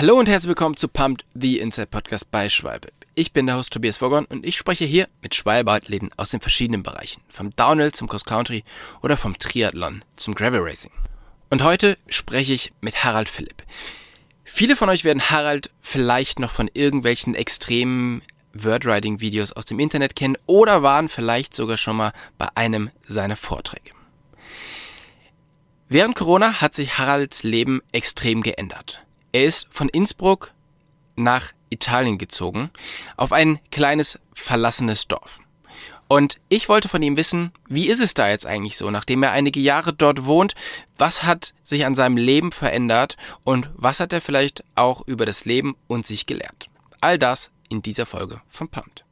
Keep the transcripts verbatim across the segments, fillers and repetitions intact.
Hallo und herzlich willkommen zu Pumped, the Inside Podcast bei Schwalbe. Ich bin der Host Tobias Vogon und ich spreche hier mit Schwalbe-Athleten aus den verschiedenen Bereichen. Vom Downhill zum Cross Country oder vom Triathlon zum Gravel Racing. Und heute spreche ich mit Harald Philipp. Viele von euch werden Harald vielleicht noch von irgendwelchen extremen Wordriding-Videos aus dem Internet kennen oder waren vielleicht sogar schon mal bei einem seiner Vorträge. Während Corona hat sich Haralds Leben extrem geändert. Er ist von Innsbruck nach Italien gezogen, auf ein kleines, verlassenes Dorf. Und ich wollte von ihm wissen, wie ist es da jetzt eigentlich so, nachdem er einige Jahre dort wohnt, was hat sich an seinem Leben verändert und was hat er vielleicht auch über das Leben und sich gelernt. All das in dieser Folge von Pumped.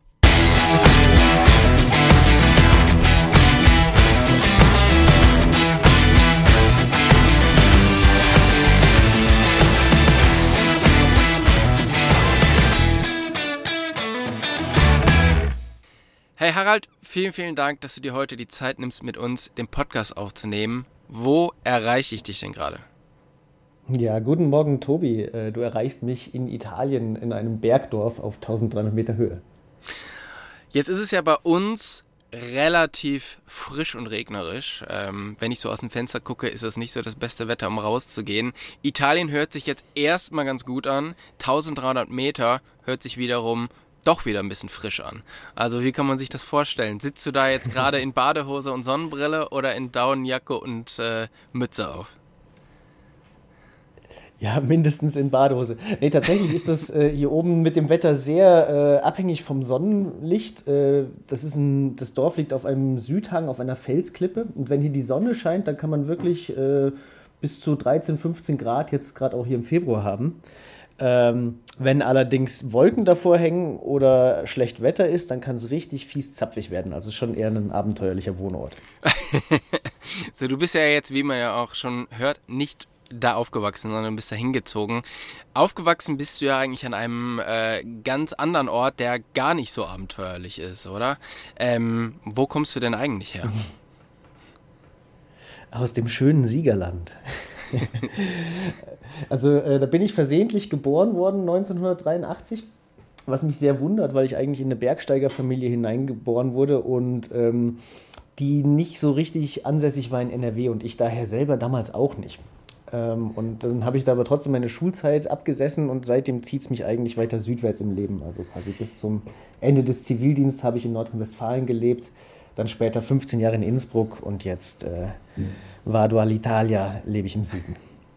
Hey Harald, vielen, vielen Dank, dass du dir heute die Zeit nimmst, mit uns den Podcast aufzunehmen. Wo erreiche ich dich denn gerade? Ja, guten Morgen, Tobi. Du erreichst mich in Italien in einem Bergdorf auf dreizehnhundert Meter Höhe. Jetzt ist es ja bei uns relativ frisch und regnerisch. Ähm, wenn ich so aus dem Fenster gucke, ist es nicht so das beste Wetter, um rauszugehen. Italien hört sich jetzt erstmal ganz gut an. dreizehnhundert Meter hört sich wiederum doch wieder ein bisschen frisch an. Also wie kann man sich das vorstellen? Sitzt du da jetzt gerade in Badehose und Sonnenbrille oder in Daunenjacke und äh, Mütze auf? Ja, mindestens in Badehose. Nee, tatsächlich ist das äh, hier oben mit dem Wetter sehr äh, abhängig vom Sonnenlicht. Äh, das ist ein, das Dorf liegt auf einem Südhang, auf einer Felsklippe. Und wenn hier die Sonne scheint, dann kann man wirklich äh, bis zu dreizehn, fünfzehn Grad jetzt gerade auch hier im Februar haben. Ähm, wenn allerdings Wolken davor hängen oder schlecht Wetter ist, dann kann es richtig fies zapfig werden. Also schon eher ein abenteuerlicher Wohnort. So, du bist ja jetzt, wie man ja auch schon hört, nicht da aufgewachsen, sondern bist da hingezogen. Aufgewachsen bist du ja eigentlich an einem äh, ganz anderen Ort, der gar nicht so abenteuerlich ist, oder? Ähm, wo kommst du denn eigentlich her? Aus dem schönen Siegerland. Also äh, da bin ich versehentlich geboren worden, neunzehnhundertdreiundachtzig, was mich sehr wundert, weil ich eigentlich in eine Bergsteigerfamilie hineingeboren wurde und ähm, die nicht so richtig ansässig war in N R W und ich daher selber damals auch nicht. Ähm, und dann habe ich da aber trotzdem meine Schulzeit abgesessen und seitdem zieht es mich eigentlich weiter südwärts im Leben. Also quasi bis zum Ende des Zivildienstes habe ich in Nordrhein-Westfalen gelebt, dann später fünfzehn Jahre in Innsbruck und jetzt äh, Vado all'Italia, lebe ich im Süden.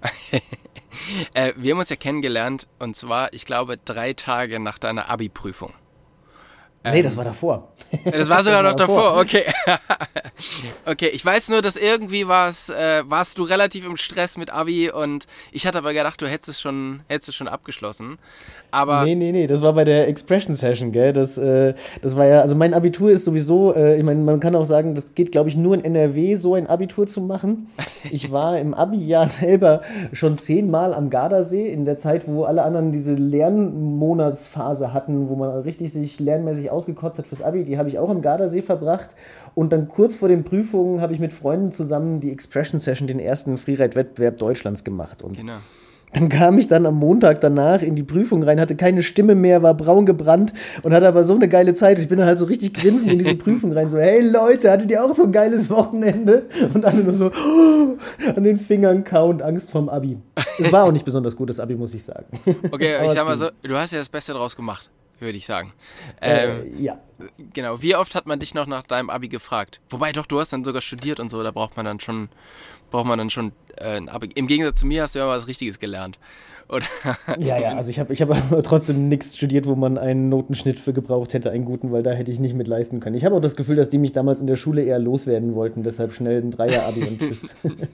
äh, wir haben uns ja kennengelernt und zwar, ich glaube, drei Tage nach deiner Abi-Prüfung. Nee, das war davor. Das war sogar das noch davor, davor. Okay. Okay, ich weiß nur, dass irgendwie war's, äh, warst du relativ im Stress mit Abi und ich hatte aber gedacht, du hättest es schon, hättest es schon abgeschlossen. Aber nee, nee, nee, das war bei der Expression Session, gell? Das, äh, das war ja, also mein Abitur ist sowieso, äh, ich meine, man kann auch sagen, das geht, glaube ich, nur in N R W, so ein Abitur zu machen. Ich war im Abi-Jahr selber schon zehnmal am Gardasee, in der Zeit, wo alle anderen diese Lernmonatsphase hatten, wo man richtig sich lernmäßig ausgekotzt hat fürs Abi, die habe ich auch am Gardasee verbracht. Und dann kurz vor den Prüfungen habe ich mit Freunden zusammen die Expression Session, den ersten Freeride-Wettbewerb Deutschlands gemacht. Und genau. Dann kam ich dann am Montag danach in die Prüfung rein, hatte keine Stimme mehr, war braun gebrannt und hatte aber so eine geile Zeit. Ich bin dann halt so richtig grinsend in diese Prüfung rein, so, hey Leute, hattet ihr auch so ein geiles Wochenende? Und alle nur so oh, an den Fingern kauen, Angst vorm Abi. Es war auch nicht besonders gut, das Abi, muss ich sagen. Okay, ich sag mal so, du hast ja das Beste draus gemacht, würde ich sagen. Äh, ähm, ja. Genau, wie oft hat man dich noch nach deinem Abi gefragt? Wobei doch, du hast dann sogar studiert und so, da braucht man dann schon, braucht man dann schon äh, ein Abi. Im Gegensatz zu mir hast du ja mal was Richtiges gelernt. Oder ja, ja, also ich habe ich hab aber trotzdem nichts studiert, wo man einen Notenschnitt für gebraucht hätte, einen guten, weil da hätte ich nicht mit leisten können. Ich habe auch das Gefühl, dass die mich damals in der Schule eher loswerden wollten, deshalb schnell ein Dreier-Abi und tschüss.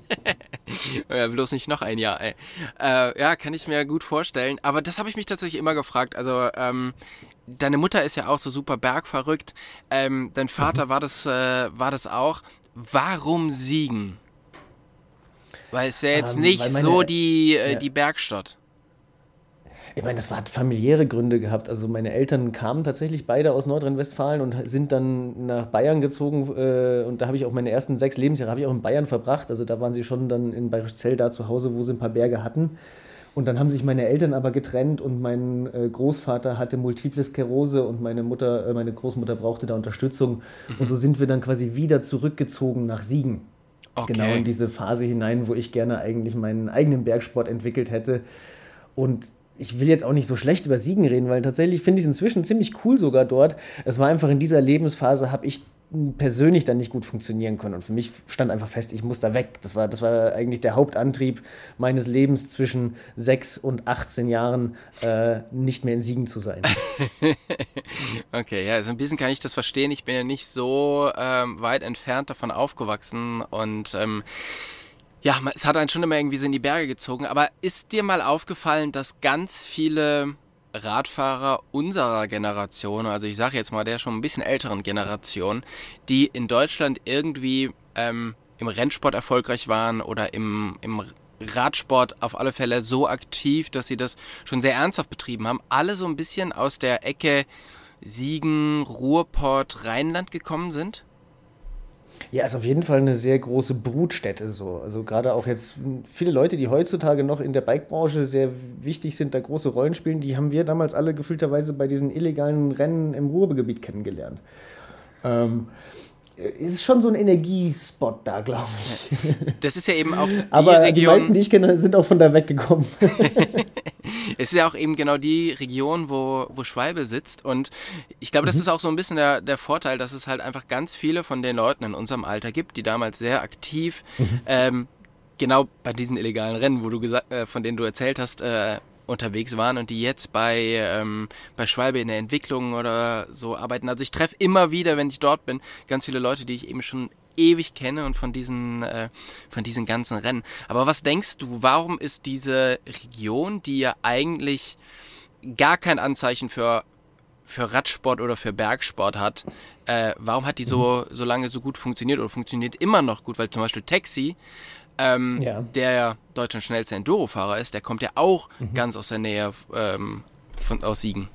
Ja, bloß nicht noch ein Jahr, ey. Äh, ja, kann ich mir gut vorstellen. Aber das habe ich mich tatsächlich immer gefragt. Also, ähm, deine Mutter ist ja auch so super bergverrückt. Ähm, dein Vater mhm. war das, äh, war das auch. Warum Siegen? Weil es ist ja jetzt ähm, nicht meine, so die, äh, ja. die Bergstadt. Ich meine, das hat familiäre Gründe gehabt. Also meine Eltern kamen tatsächlich beide aus Nordrhein-Westfalen und sind dann nach Bayern gezogen. Äh, und da habe ich auch meine ersten sechs Lebensjahre habe ich auch in Bayern verbracht. Also da waren sie schon dann in Bayerischzell da zu Hause, wo sie ein paar Berge hatten. Und dann haben sich meine Eltern aber getrennt und mein äh, Großvater hatte Multiple Sklerose und meine Mutter, äh, meine Großmutter brauchte da Unterstützung. Mhm. Und so sind wir dann quasi wieder zurückgezogen nach Siegen. Okay. Genau in diese Phase hinein, wo ich gerne eigentlich meinen eigenen Bergsport entwickelt hätte. Und ich will jetzt auch nicht so schlecht über Siegen reden, weil tatsächlich finde ich es inzwischen ziemlich cool sogar dort. Es war einfach in dieser Lebensphase, habe ich persönlich dann nicht gut funktionieren können. Und für mich stand einfach fest, ich muss da weg. Das war, das war eigentlich der Hauptantrieb meines Lebens zwischen sechs und achtzehn Jahren, äh, nicht mehr in Siegen zu sein. Okay, ja, also ein bisschen kann ich das verstehen. Ich bin ja nicht so ähm, weit entfernt davon aufgewachsen und ähm, ja, es hat einen schon immer irgendwie so in die Berge gezogen. Aber ist dir mal aufgefallen, dass ganz viele Radfahrer unserer Generation, also ich sage jetzt mal der schon ein bisschen älteren Generation, die in Deutschland irgendwie ähm, im Rennsport erfolgreich waren oder im, im Radsport auf alle Fälle so aktiv, dass sie das schon sehr ernsthaft betrieben haben, alle so ein bisschen aus der Ecke Siegen, Ruhrpott, Rheinland gekommen sind? Ja, ist auf jeden Fall eine sehr große Brutstätte so. Also gerade auch jetzt viele Leute, die heutzutage noch in der Bikebranche sehr wichtig sind, da große Rollen spielen, die haben wir damals alle gefühlterweise bei diesen illegalen Rennen im Ruhrgebiet kennengelernt. Ähm, ist schon so ein Energiespot da, glaube ich. Das ist ja eben auch die Aber Region... die meisten, die ich kenne, sind auch von da weggekommen. Es ist ja auch eben genau die Region, wo, wo Schwalbe sitzt und ich glaube, das mhm. ist auch so ein bisschen der, der Vorteil, dass es halt einfach ganz viele von den Leuten in unserem Alter gibt, die damals sehr aktiv mhm. ähm, genau bei diesen illegalen Rennen, wo du gesagt, äh, von denen du erzählt hast, äh, unterwegs waren und die jetzt bei, ähm, bei Schwalbe in der Entwicklung oder so arbeiten. Also ich treffe immer wieder, wenn ich dort bin, ganz viele Leute, die ich eben schon ewig kenne und von diesen, äh, von diesen ganzen Rennen. Aber was denkst du, warum ist diese Region, die ja eigentlich gar kein Anzeichen für, für Radsport oder für Bergsport hat, äh, warum hat die so, so lange so gut funktioniert oder funktioniert immer noch gut? Weil zum Beispiel Taxi, ähm, ja. der ja Deutschlands schnellste Enduro-Fahrer ist, der kommt ja auch mhm. ganz aus der Nähe ähm, von, aus Siegen.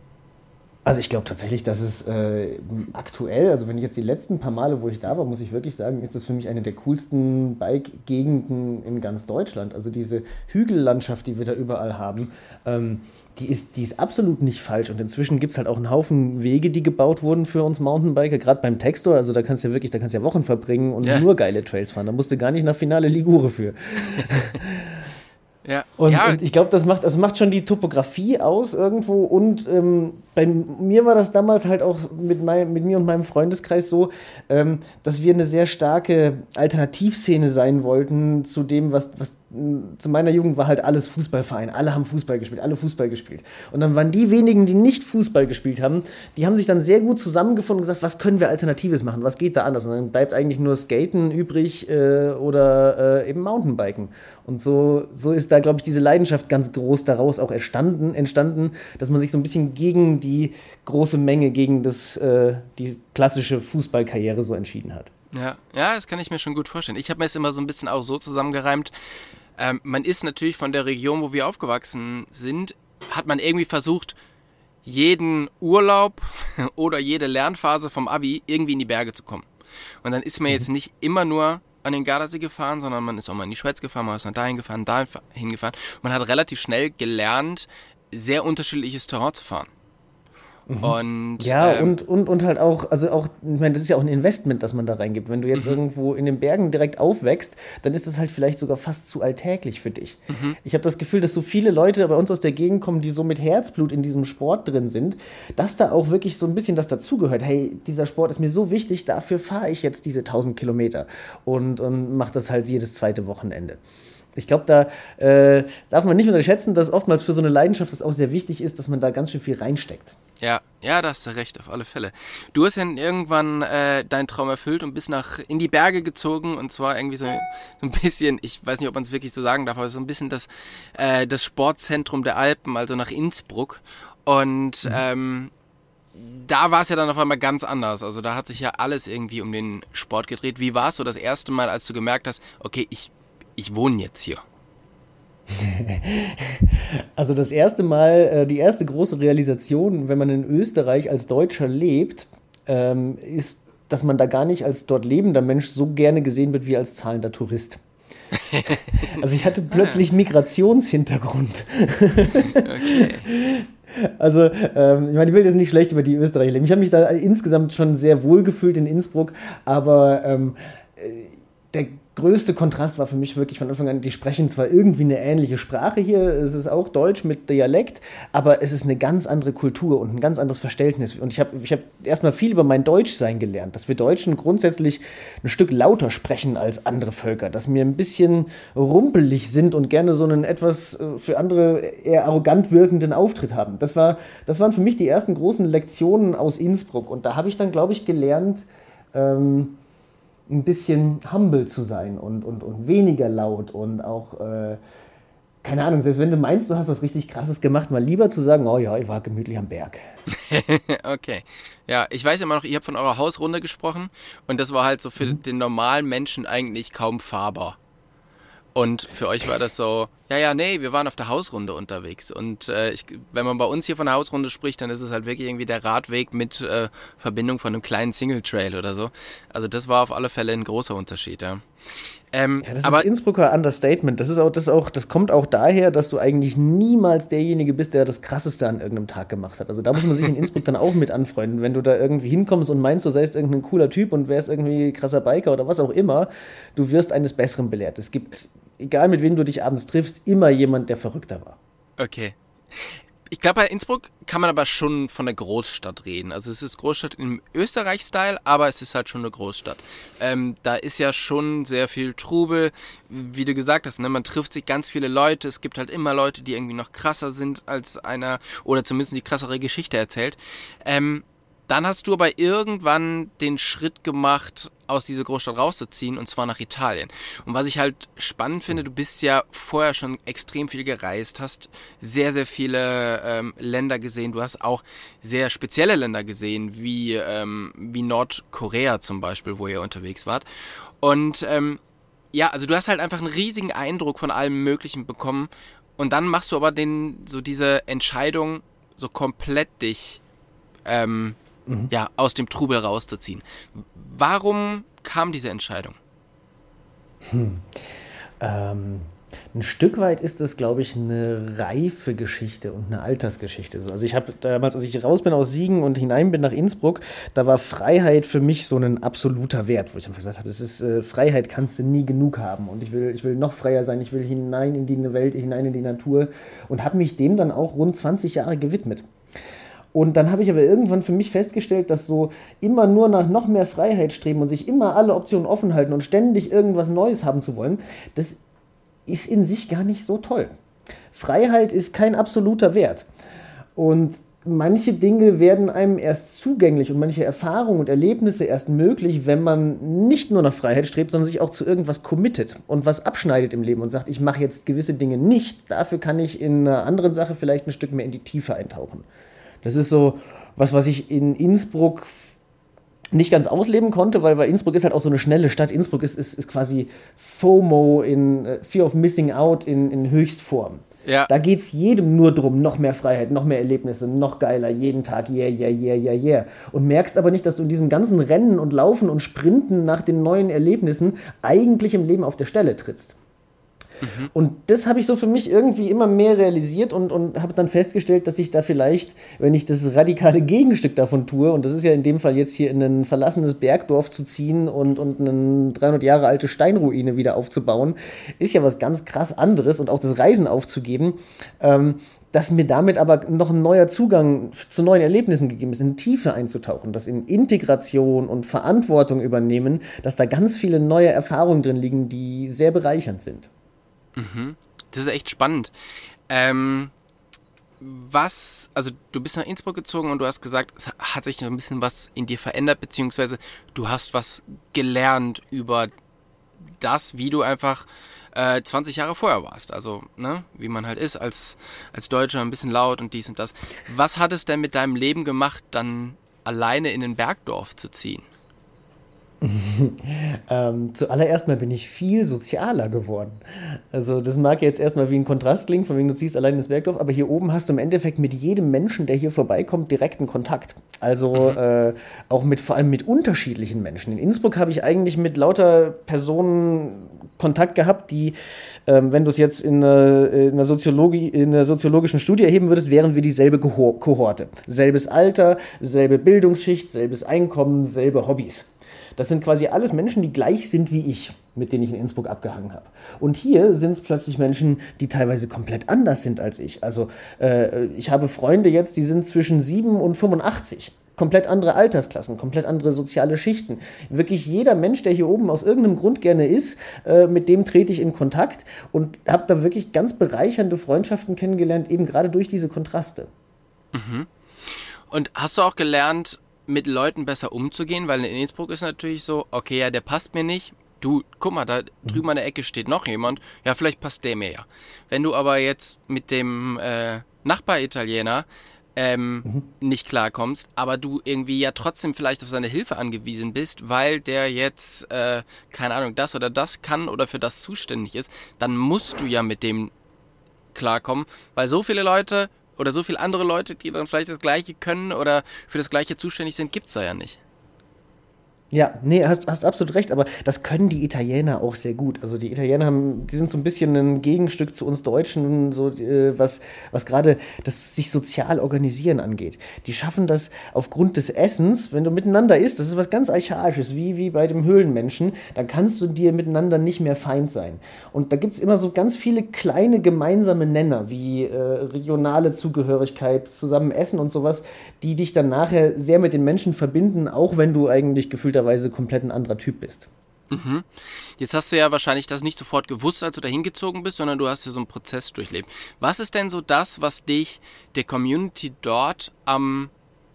Also ich glaube tatsächlich, dass es äh, aktuell, also wenn ich jetzt die letzten paar Male, wo ich da war, muss ich wirklich sagen, ist das für mich eine der coolsten Bike-Gegenden in ganz Deutschland. Also diese Hügellandschaft, die wir da überall haben, ähm, die ist, die ist absolut nicht falsch. Und inzwischen gibt es halt auch einen Haufen Wege, die gebaut wurden für uns Mountainbiker, gerade beim Textor. Also da kannst du ja wirklich, da kannst du ja Wochen verbringen und ja. nur geile Trails fahren. Da musst du gar nicht nach Finale Ligure für. Ja. Und, ja. und ich glaube, das macht, das macht schon die Topografie aus irgendwo. Und ähm, bei mir war das damals halt auch mit, mein, mit mir und meinem Freundeskreis so, ähm, dass wir eine sehr starke Alternativszene sein wollten zu dem, was, was zu meiner Jugend war halt alles Fußballverein. Alle haben Fußball gespielt, alle Fußball gespielt. Und dann waren die wenigen, die nicht Fußball gespielt haben, die haben sich dann sehr gut zusammengefunden und gesagt, was können wir Alternatives machen? Was geht da anders? Und dann bleibt eigentlich nur Skaten übrig äh, oder äh, eben Mountainbiken. Und so, so ist da, glaube ich, diese Leidenschaft ganz groß daraus auch entstanden, entstanden, dass man sich so ein bisschen gegen die große Menge, gegen das, äh, die klassische Fußballkarriere so entschieden hat. Ja, ja, das kann ich mir schon gut vorstellen. Ich habe mir es immer so ein bisschen auch so zusammengereimt. Ähm, man ist natürlich von der Region, wo wir aufgewachsen sind, hat man irgendwie versucht, jeden Urlaub oder jede Lernphase vom Abi irgendwie in die Berge zu kommen. Und dann ist man jetzt nicht immer nur an den Gardasee gefahren, sondern man ist auch mal in die Schweiz gefahren, man ist dann dahin gefahren, dahin gefahren. Man hat relativ schnell gelernt, sehr unterschiedliches Terrain zu fahren. Mhm. Und, ja, ähm, und, und, und halt auch, also auch, ich meine, das ist ja auch ein Investment, das man da reingibt. Wenn du jetzt mhm. irgendwo in den Bergen direkt aufwächst, dann ist das halt vielleicht sogar fast zu alltäglich für dich. Mhm. Ich habe das Gefühl, dass so viele Leute bei uns aus der Gegend kommen, die so mit Herzblut in diesem Sport drin sind, dass da auch wirklich so ein bisschen das dazugehört. Hey, dieser Sport ist mir so wichtig, dafür fahre ich jetzt diese tausend Kilometer und, und mache das halt jedes zweite Wochenende. Ich glaube, da äh, darf man nicht unterschätzen, dass oftmals für so eine Leidenschaft es auch sehr wichtig ist, dass man da ganz schön viel reinsteckt. Ja, ja, da hast du recht, auf alle Fälle. Du hast ja irgendwann äh, deinen Traum erfüllt und bist nach in die Berge gezogen und zwar irgendwie so, so ein bisschen, ich weiß nicht, ob man es wirklich so sagen darf, aber so ein bisschen das, äh, das Sportzentrum der Alpen, also nach Innsbruck. Und mhm. ähm, da war es ja dann auf einmal ganz anders. Also da hat sich ja alles irgendwie um den Sport gedreht. Wie war es so das erste Mal, als du gemerkt hast, okay, ich, ich wohne jetzt hier? Also das erste Mal, die erste große Realisation, wenn man in Österreich als Deutscher lebt, ist, dass man da gar nicht als dort lebender Mensch so gerne gesehen wird wie als zahlender Tourist. Also ich hatte plötzlich Migrationshintergrund. Okay. Also, ähm, ich meine, ich will jetzt nicht schlecht über die Österreicher leben. Ich habe mich da insgesamt schon sehr wohl gefühlt in Innsbruck, aber ähm, der größte Kontrast war für mich wirklich von Anfang an, die sprechen zwar irgendwie eine ähnliche Sprache hier, es ist auch Deutsch mit Dialekt, aber es ist eine ganz andere Kultur und ein ganz anderes Verständnis. Und ich habe ich hab erstmal viel über mein Deutschsein gelernt, dass wir Deutschen grundsätzlich ein Stück lauter sprechen als andere Völker, dass wir ein bisschen rumpelig sind und gerne so einen etwas für andere eher arrogant wirkenden Auftritt haben. Das war, das waren für mich die ersten großen Lektionen aus Innsbruck. Und da habe ich dann, glaube ich, gelernt, ähm, ein bisschen humble zu sein und, und, und weniger laut und auch, äh, keine Ahnung, selbst wenn du meinst, du hast was richtig Krasses gemacht, mal lieber zu sagen, oh ja, ich war gemütlich am Berg. Okay. Ja, ich weiß immer noch, ihr habt von eurer Hausrunde gesprochen und das war halt so für mhm. den normalen Menschen eigentlich kaum fahrbar. Und für euch war das so, ja, ja, nee, wir waren auf der Hausrunde unterwegs. Und äh, ich, wenn man bei uns hier von der Hausrunde spricht, dann ist es halt wirklich irgendwie der Radweg mit äh, Verbindung von einem kleinen Single-Trail oder so. Also das war auf alle Fälle ein großer Unterschied, ja. Ähm, ja, das aber, ist Innsbrucker Understatement. Das ist auch, das auch, das kommt auch daher, dass du eigentlich niemals derjenige bist, der das Krasseste an irgendeinem Tag gemacht hat. Also da muss man sich in Innsbruck dann auch mit anfreunden. Wenn du da irgendwie hinkommst und meinst, du seist irgendein cooler Typ und wärst irgendwie krasser Biker oder was auch immer, du wirst eines Besseren belehrt. Es gibt, egal mit wem du dich abends triffst, immer jemand, der verrückter war. Okay. Ich glaube, bei Innsbruck kann man aber schon von der Großstadt reden. Also es ist Großstadt im Österreich-Style, aber es ist halt schon eine Großstadt. Ähm, da ist ja schon sehr viel Trubel, wie du gesagt hast, ne? Man trifft sich ganz viele Leute. Es gibt halt immer Leute, die irgendwie noch krasser sind als einer oder zumindest die krassere Geschichte erzählt. Ähm, Dann hast du aber irgendwann den Schritt gemacht, aus dieser Großstadt rauszuziehen, und zwar nach Italien. Und was ich halt spannend finde, du bist ja vorher schon extrem viel gereist, hast sehr, sehr viele ähm, Länder gesehen. Du hast auch sehr spezielle Länder gesehen, wie, ähm, wie Nordkorea zum Beispiel, wo ihr unterwegs wart. Und ähm, ja, also du hast halt einfach einen riesigen Eindruck von allem Möglichen bekommen. Und dann machst du aber den, so diese Entscheidung, so komplett dich ähm, Mhm. ja, aus dem Trubel rauszuziehen. Warum kam diese Entscheidung? Hm. Ähm, ein Stück weit ist es, glaube ich, eine reife Geschichte und eine Altersgeschichte. Also ich habe damals, als ich raus bin aus Siegen und hinein bin nach Innsbruck, da war Freiheit für mich so ein absoluter Wert, wo ich einfach gesagt habe, das ist äh, Freiheit kannst du nie genug haben und ich will, ich will noch freier sein, ich will hinein in die Welt, hinein in die Natur und habe mich dem dann auch rund zwanzig Jahre gewidmet. Und dann habe ich aber irgendwann für mich festgestellt, dass so immer nur nach noch mehr Freiheit streben und sich immer alle Optionen offen halten und ständig irgendwas Neues haben zu wollen, das ist in sich gar nicht so toll. Freiheit ist kein absoluter Wert. Und manche Dinge werden einem erst zugänglich und manche Erfahrungen und Erlebnisse erst möglich, wenn man nicht nur nach Freiheit strebt, sondern sich auch zu irgendwas committet und was abschneidet im Leben und sagt, ich mache jetzt gewisse Dinge nicht, dafür kann ich in einer anderen Sache vielleicht ein Stück mehr in die Tiefe eintauchen. Das ist so was, was ich in Innsbruck nicht ganz ausleben konnte, weil, weil Innsbruck ist halt auch so eine schnelle Stadt. Innsbruck ist, ist, ist quasi FOMO, in uh, Fear of Missing Out in, in Höchstform. Ja. Da geht es jedem nur drum, noch mehr Freiheit, noch mehr Erlebnisse, noch geiler, jeden Tag, yeah, yeah, yeah, yeah, yeah. Und merkst aber nicht, dass du in diesem ganzen Rennen und Laufen und Sprinten nach den neuen Erlebnissen eigentlich im Leben auf der Stelle trittst. Mhm. Und das habe ich so für mich irgendwie immer mehr realisiert und, und habe dann festgestellt, dass ich da vielleicht, wenn ich das radikale Gegenstück davon tue, und das ist ja in dem Fall jetzt hier in ein verlassenes Bergdorf zu ziehen und, und eine dreihundert Jahre alte Steinruine wieder aufzubauen, ist ja was ganz krass anderes und auch das Reisen aufzugeben, ähm, dass mir damit aber noch ein neuer Zugang zu neuen Erlebnissen gegeben ist, in Tiefe einzutauchen, dass in Integration und Verantwortung übernehmen, dass da ganz viele neue Erfahrungen drin liegen, die sehr bereichernd sind. Das ist echt spannend. Ähm, was, also du bist nach Innsbruck gezogen und du hast gesagt, es hat sich ein bisschen was in dir verändert, beziehungsweise du hast was gelernt über das, wie du einfach äh, zwanzig Jahre vorher warst. Also, ne, wie man halt ist als, als Deutscher, ein bisschen laut und dies und das. Was hat es denn mit deinem Leben gemacht, dann alleine in ein Bergdorf zu ziehen? Ähm, zuallererst mal bin ich viel sozialer geworden. Also das mag jetzt erstmal wie ein Kontrast klingen, von wegen du ziehst allein ins Bergdorf, aber hier oben hast du im Endeffekt mit jedem Menschen, der hier vorbeikommt, direkten Kontakt. Also Mhm. äh, auch mit vor allem mit unterschiedlichen Menschen. In Innsbruck habe ich eigentlich mit lauter Personen Kontakt gehabt, die, ähm, wenn du es jetzt in einer, in, einer Soziologie, in einer soziologischen Studie erheben würdest, wären wir dieselbe Gehor- Kohorte. Selbes Alter, selbe Bildungsschicht, selbes Einkommen, selbe Hobbys. Das sind quasi alles Menschen, die gleich sind wie ich, mit denen ich in Innsbruck abgehangen habe. Und hier sind es plötzlich Menschen, die teilweise komplett anders sind als ich. Also äh, ich habe Freunde jetzt, die sind zwischen sieben und fünfundachtzig. Komplett andere Altersklassen, komplett andere soziale Schichten. Wirklich jeder Mensch, der hier oben aus irgendeinem Grund gerne ist, äh, mit dem trete ich in Kontakt und habe da wirklich ganz bereichernde Freundschaften kennengelernt, eben gerade durch diese Kontraste. Mhm. Und hast du auch gelernt, mit Leuten besser umzugehen? Weil in Innsbruck ist natürlich so, okay, ja, der passt mir nicht. Du, guck mal, da drüben an der Ecke steht noch jemand. Ja, vielleicht passt der mir ja. Wenn du aber jetzt mit dem äh, Nachbar-Italiener ähm, nicht klarkommst, aber du irgendwie ja trotzdem vielleicht auf seine Hilfe angewiesen bist, weil der jetzt, äh, keine Ahnung, das oder das kann oder für das zuständig ist, dann musst du ja mit dem klarkommen, weil so viele Leute oder so viele andere Leute, die dann vielleicht das Gleiche können oder für das Gleiche zuständig sind, gibt's da ja nicht. Ja, nee, hast, hast absolut recht, aber das können die Italiener auch sehr gut. Also die Italiener haben, die sind so ein bisschen ein Gegenstück zu uns Deutschen, so äh, was, was gerade das sich sozial organisieren angeht. Die schaffen das aufgrund des Essens, wenn du miteinander isst, das ist was ganz Archaisches, wie, wie bei dem Höhlenmenschen, dann kannst du dir miteinander nicht mehr Feind sein. Und da gibt's immer so ganz viele kleine gemeinsame Nenner, wie äh, regionale Zugehörigkeit, zusammen essen und sowas, die dich dann nachher sehr mit den Menschen verbinden, auch wenn du eigentlich gefühlterweise komplett ein anderer Typ bist. Mhm. Jetzt hast du ja wahrscheinlich das nicht sofort gewusst, als du da hingezogen bist, sondern du hast ja so einen Prozess durchlebt. Was ist denn so das, was dich der Community dort am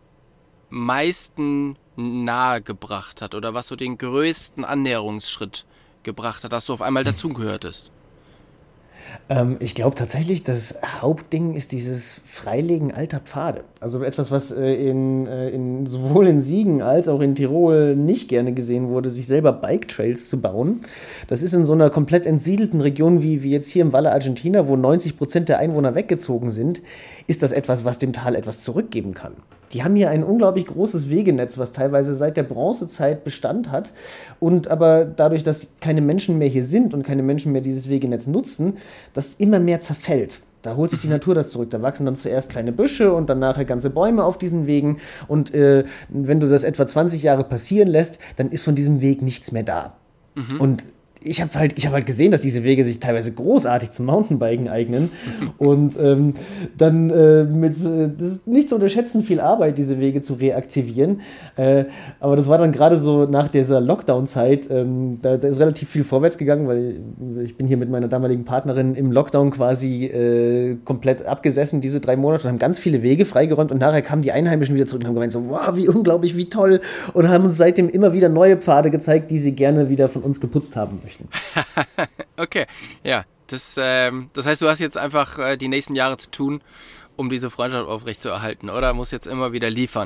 meisten nahegebracht hat oder was so den größten Annäherungsschritt gebracht hat, dass du auf einmal dazugehörtest? Ähm, ich glaube tatsächlich, das Hauptding ist dieses Freilegen alter Pfade. Also etwas, was äh, in, äh, in, sowohl in Siegen als auch in Tirol nicht gerne gesehen wurde, sich selber Bike-Trails zu bauen. Das ist in so einer komplett entsiedelten Region wie, wie jetzt hier im Valle Argentina, wo neunzig Prozent der Einwohner weggezogen sind, ist das etwas, was dem Tal etwas zurückgeben kann. Die haben hier ein unglaublich großes Wegenetz, was teilweise seit der Bronzezeit Bestand hat. Und aber dadurch, dass keine Menschen mehr hier sind und keine Menschen mehr dieses Wegenetz nutzen, das immer mehr zerfällt. Da holt sich die Natur das zurück. Da wachsen dann zuerst kleine Büsche und dann nachher ganze Bäume auf diesen Wegen. Und äh, wenn du das etwa zwanzig Jahre passieren lässt, dann ist von diesem Weg nichts mehr da. Mhm. Und ich habe halt, ich hab halt gesehen, dass diese Wege sich teilweise großartig zum Mountainbiken eignen. Und ähm, dann äh, mit, äh, das ist nicht zu unterschätzen, viel Arbeit, diese Wege zu reaktivieren. Äh, aber das war dann gerade so nach dieser Lockdown-Zeit, ähm, da, da ist relativ viel vorwärts gegangen, weil ich bin hier mit meiner damaligen Partnerin im Lockdown quasi äh, komplett abgesessen, diese drei Monate, und haben ganz viele Wege freigeräumt. Und nachher kamen die Einheimischen wieder zurück und haben gemeint so, wow, wie unglaublich, wie toll. Und haben uns seitdem immer wieder neue Pfade gezeigt, die sie gerne wieder von uns geputzt haben möchten. Okay, ja, das, ähm, das heißt, du hast jetzt einfach äh, die nächsten Jahre zu tun, um diese Freundschaft aufrechtzuerhalten, oder? Muss jetzt immer wieder liefern.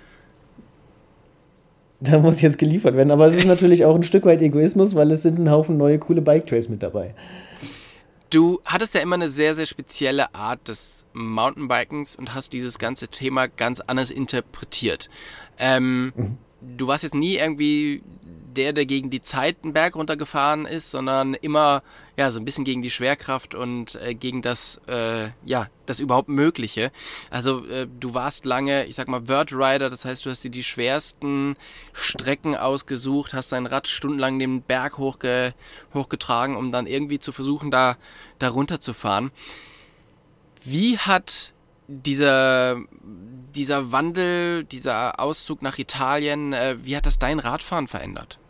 Da muss jetzt geliefert werden. Aber es ist natürlich auch ein Stück weit Egoismus, weil es sind ein Haufen neue, coole Bike-Trails mit dabei. Du hattest ja immer eine sehr, sehr spezielle Art des Mountainbikens und hast dieses ganze Thema ganz anders interpretiert. Ähm, Mhm. Du warst jetzt nie irgendwie der, der gegen die Zeit einen Berg runtergefahren ist, sondern immer ja so ein bisschen gegen die Schwerkraft und äh, gegen das äh, ja das überhaupt Mögliche. Also äh, du warst lange, ich sag mal, Wordrider, das heißt, du hast dir die schwersten Strecken ausgesucht, hast dein Rad stundenlang den Berg hochge hochgetragen, um dann irgendwie zu versuchen, da da runterzufahren. Wie hat dieser, dieser Wandel, dieser Auszug nach Italien, äh, wie hat das dein Radfahren verändert?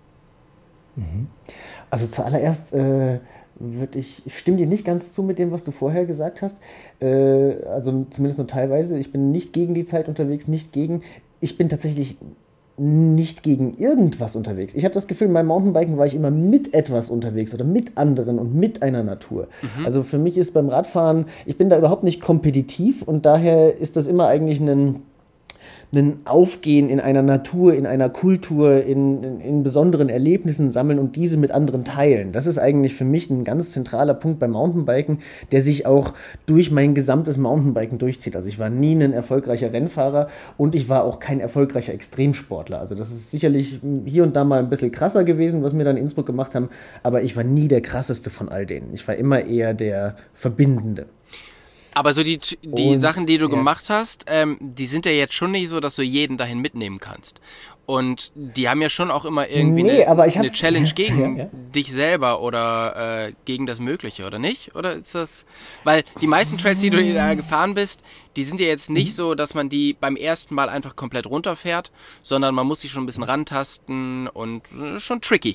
Also zuallererst äh, würde ich, ich stimme dir nicht ganz zu mit dem, was du vorher gesagt hast. Äh, also zumindest nur teilweise. Ich bin nicht gegen die Zeit unterwegs, nicht gegen. Ich bin tatsächlich nicht gegen irgendwas unterwegs. Ich habe das Gefühl, beim Mountainbiken war ich immer mit etwas unterwegs oder mit anderen und mit einer Natur. Mhm. Also für mich ist beim Radfahren, ich bin da überhaupt nicht kompetitiv und daher ist das immer eigentlich ein ein Aufgehen in einer Natur, in einer Kultur, in, in, in besonderen Erlebnissen sammeln und diese mit anderen teilen. Das ist eigentlich für mich ein ganz zentraler Punkt beim Mountainbiken, der sich auch durch mein gesamtes Mountainbiken durchzieht. Also ich war nie ein erfolgreicher Rennfahrer und ich war auch kein erfolgreicher Extremsportler. Also das ist sicherlich hier und da mal ein bisschen krasser gewesen, was wir dann in Innsbruck gemacht haben, aber ich war nie der krasseste von all denen. Ich war immer eher der Verbindende. Aber so die, die Und, Sachen, die du ja. gemacht hast, ähm, die sind ja jetzt schon nicht so, dass du jeden dahin mitnehmen kannst. Und die haben ja schon auch immer irgendwie Nee, eine, aber ich eine hab's- Challenge gegen Ja, ja. dich selber oder äh, gegen das Mögliche, oder nicht? Oder ist das... Weil die meisten Trails, die du da gefahren bist, die sind ja jetzt nicht so, dass man die beim ersten Mal einfach komplett runterfährt, sondern man muss sich schon ein bisschen rantasten und äh, schon tricky.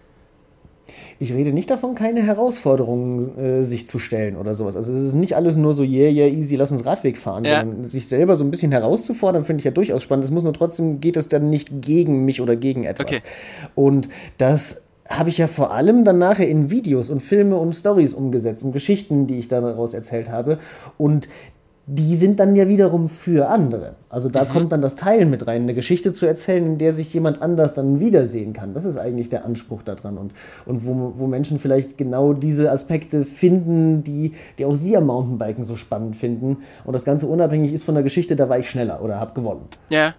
Ich rede nicht davon, keine Herausforderungen äh, sich zu stellen oder sowas. Also es ist nicht alles nur so, yeah, yeah, easy, lass uns Radweg fahren, Ja. sondern sich selber so ein bisschen herauszufordern, finde ich ja durchaus spannend. Es muss nur trotzdem, geht es dann nicht gegen mich oder gegen etwas. Okay. Und das habe ich ja vor allem dann nachher in Videos und Filme und Stories umgesetzt und Geschichten, die ich daraus erzählt habe. Und die sind dann ja wiederum für andere. Also da kommt dann das Teilen mit rein, eine Geschichte zu erzählen, in der sich jemand anders dann wiedersehen kann. Das ist eigentlich der Anspruch daran. Und, und wo, wo Menschen vielleicht genau diese Aspekte finden, die, die auch sie am Mountainbiken so spannend finden. Und das Ganze unabhängig ist von der Geschichte, da war ich schneller oder habe gewonnen. Ja,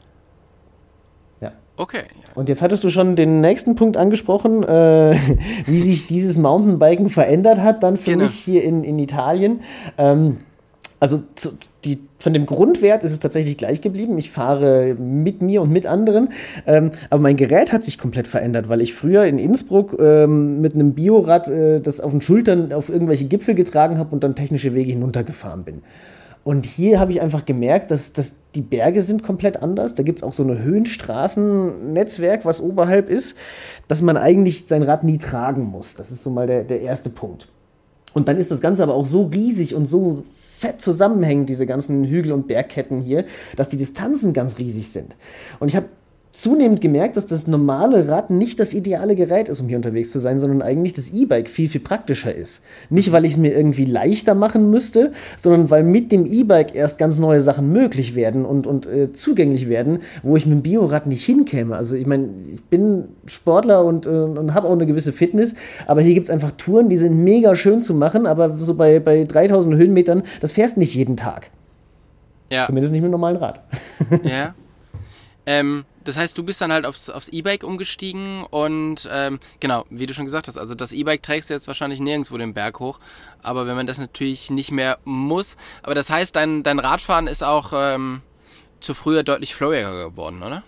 Ja. okay. Und jetzt hattest du schon den nächsten Punkt angesprochen, äh, wie sich dieses Mountainbiken verändert hat, dann für Genau. mich hier in, in Italien. Ähm, also zu, die, von dem Grundwert ist es tatsächlich gleich geblieben. Ich fahre mit mir und mit anderen. Ähm, aber mein Gerät hat sich komplett verändert, weil ich früher in Innsbruck ähm, mit einem Biorad äh, das auf den Schultern auf irgendwelche Gipfel getragen habe und dann technische Wege hinuntergefahren bin. Und hier habe ich einfach gemerkt, dass, dass die Berge sind komplett anders. Da gibt es auch so ein Höhenstraßennetzwerk, was oberhalb ist, dass man eigentlich sein Rad nie tragen muss. Das ist so mal der, der erste Punkt. Und dann ist das Ganze aber auch so riesig und so fett zusammenhängend, diese ganzen Hügel- und Bergketten hier, dass die Distanzen ganz riesig sind. Und ich habe zunehmend gemerkt, dass das normale Rad nicht das ideale Gerät ist, um hier unterwegs zu sein, sondern eigentlich das E-Bike viel, viel praktischer ist. Nicht, weil ich es mir irgendwie leichter machen müsste, sondern weil mit dem E-Bike erst ganz neue Sachen möglich werden und, und äh, zugänglich werden, wo ich mit dem Biorad nicht hinkäme. Also ich meine, ich bin Sportler und, äh, und habe auch eine gewisse Fitness, aber hier gibt es einfach Touren, die sind mega schön zu machen, aber so bei, bei dreitausend Höhenmetern, das fährst nicht jeden Tag. Ja. Zumindest nicht mit einem normalen Rad. Ja. Ähm, das heißt, du bist dann halt aufs, aufs E-Bike umgestiegen und ähm, genau, wie du schon gesagt hast, also das E-Bike trägst du jetzt wahrscheinlich nirgendwo den Berg hoch, aber wenn man das natürlich nicht mehr muss, aber das heißt, dein, dein Radfahren ist auch ähm, zu früher deutlich flowiger geworden, oder?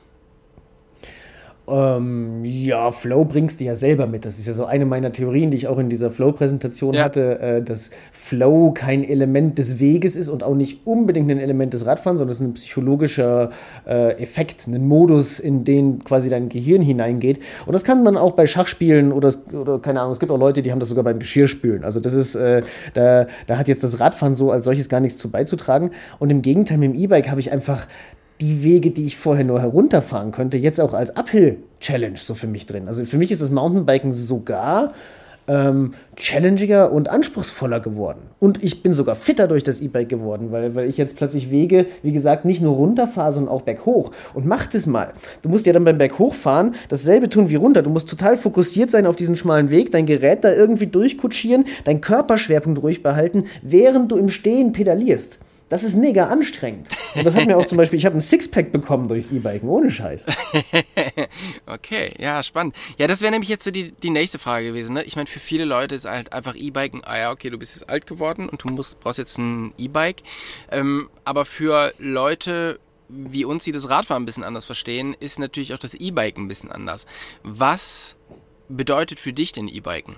Ähm, ja, Flow bringst du ja selber mit. Das ist ja so eine meiner Theorien, die ich auch in dieser Flow-Präsentation Ja. hatte, äh, dass Flow kein Element des Weges ist und auch nicht unbedingt ein Element des Radfahrens, sondern es ist ein psychologischer äh, Effekt, ein Modus, in den quasi dein Gehirn hineingeht. Und das kann man auch bei Schachspielen oder, oder keine Ahnung, es gibt auch Leute, die haben das sogar beim Geschirrspülen. Also das ist, äh, da, da hat jetzt das Radfahren so als solches gar nichts zu beizutragen. Und im Gegenteil, mit dem E-Bike habe ich einfach die Wege, die ich vorher nur herunterfahren könnte, jetzt auch als Uphill-Challenge so für mich drin. Also für mich ist das Mountainbiken sogar ähm, challengiger und anspruchsvoller geworden. Und ich bin sogar fitter durch das E-Bike geworden, weil, weil ich jetzt plötzlich Wege, wie gesagt, nicht nur runterfahre, sondern auch berghoch. Und mach das mal. Du musst ja dann beim Berghochfahren dasselbe tun wie runter. Du musst total fokussiert sein auf diesen schmalen Weg, dein Gerät da irgendwie durchkutschieren, deinen Körperschwerpunkt ruhig behalten, während du im Stehen pedalierst. Das ist mega anstrengend. Und das hat mir auch zum Beispiel, ich habe ein Sixpack bekommen durchs E-Biken, ohne Scheiß. Okay, ja, spannend. Ja, das wäre nämlich jetzt so die, die nächste Frage gewesen. Ne? Ich meine, für viele Leute ist halt einfach E-Biken, ah ja, okay, du bist jetzt alt geworden und du musst, brauchst jetzt ein E-Bike. Ähm, aber für Leute wie uns, die das Radfahren ein bisschen anders verstehen, ist natürlich auch das E-Biken ein bisschen anders. Was bedeutet für dich denn E-Biken?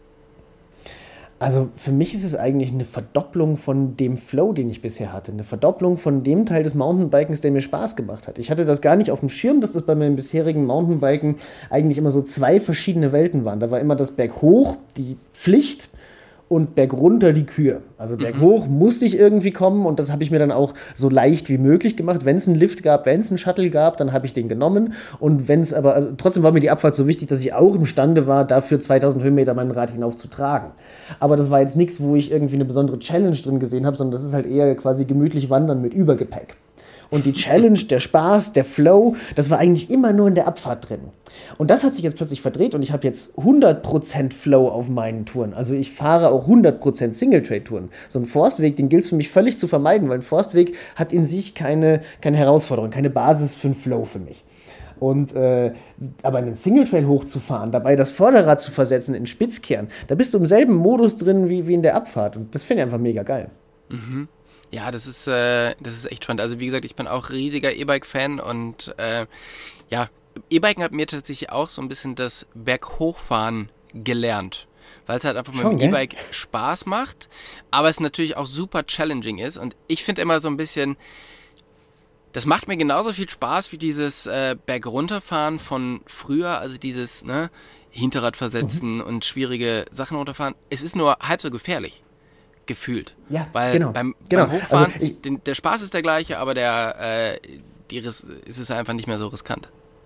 Also für mich ist es eigentlich eine Verdopplung von dem Flow, den ich bisher hatte. Eine Verdopplung von dem Teil des Mountainbikens, der mir Spaß gemacht hat. Ich hatte das gar nicht auf dem Schirm, dass das bei meinem bisherigen Mountainbiken eigentlich immer so zwei verschiedene Welten waren. Da war immer das Berghoch, die Pflicht, und bergunter die Kür. Also berghoch mhm. musste ich irgendwie kommen und das habe ich mir dann auch so leicht wie möglich gemacht. Wenn es einen Lift gab, wenn es einen Shuttle gab, dann habe ich den genommen. Und wenn es aber, also trotzdem war mir die Abfahrt so wichtig, dass ich auch imstande war, dafür zweitausend Höhenmeter mein Rad hinauf zu tragen. Aber das war jetzt nichts, wo ich irgendwie eine besondere Challenge drin gesehen habe, sondern das ist halt eher quasi gemütlich wandern mit Übergepäck. Und die Challenge, der Spaß, der Flow, das war eigentlich immer nur in der Abfahrt drin. Und das hat sich jetzt plötzlich verdreht und ich habe jetzt hundert Prozent Flow auf meinen Touren. Also ich fahre auch hundert Prozent Single-Trade-Touren. So ein Forstweg, den gilt es für mich völlig zu vermeiden, weil ein Forstweg hat in sich keine, keine Herausforderung, keine Basis für einen Flow für mich. Und äh, aber einen Single-Trail hochzufahren, dabei das Vorderrad zu versetzen in Spitzkehren, da bist du im selben Modus drin wie, wie in der Abfahrt. Und das finde ich einfach mega geil. Mhm. Ja, das ist, äh, das ist echt spannend. Also wie gesagt, ich bin auch riesiger E-Bike-Fan und äh, ja, E-Biken hat mir tatsächlich auch so ein bisschen das Berghochfahren gelernt. Weil es halt einfach mit Schon, dem gell? E-Bike Spaß macht, aber es natürlich auch super challenging ist. Und ich finde immer so ein bisschen, das macht mir genauso viel Spaß wie dieses äh, Bergrunterfahren von früher, also dieses ne, Hinterrad versetzen mhm. und schwierige Sachen runterfahren. Es ist nur halb so gefährlich, gefühlt. Ja, Weil genau. beim, genau. beim Hochfahren, Also ich, den, der Spaß ist der gleiche, aber der, äh, die Ris- es ist einfach nicht mehr so riskant.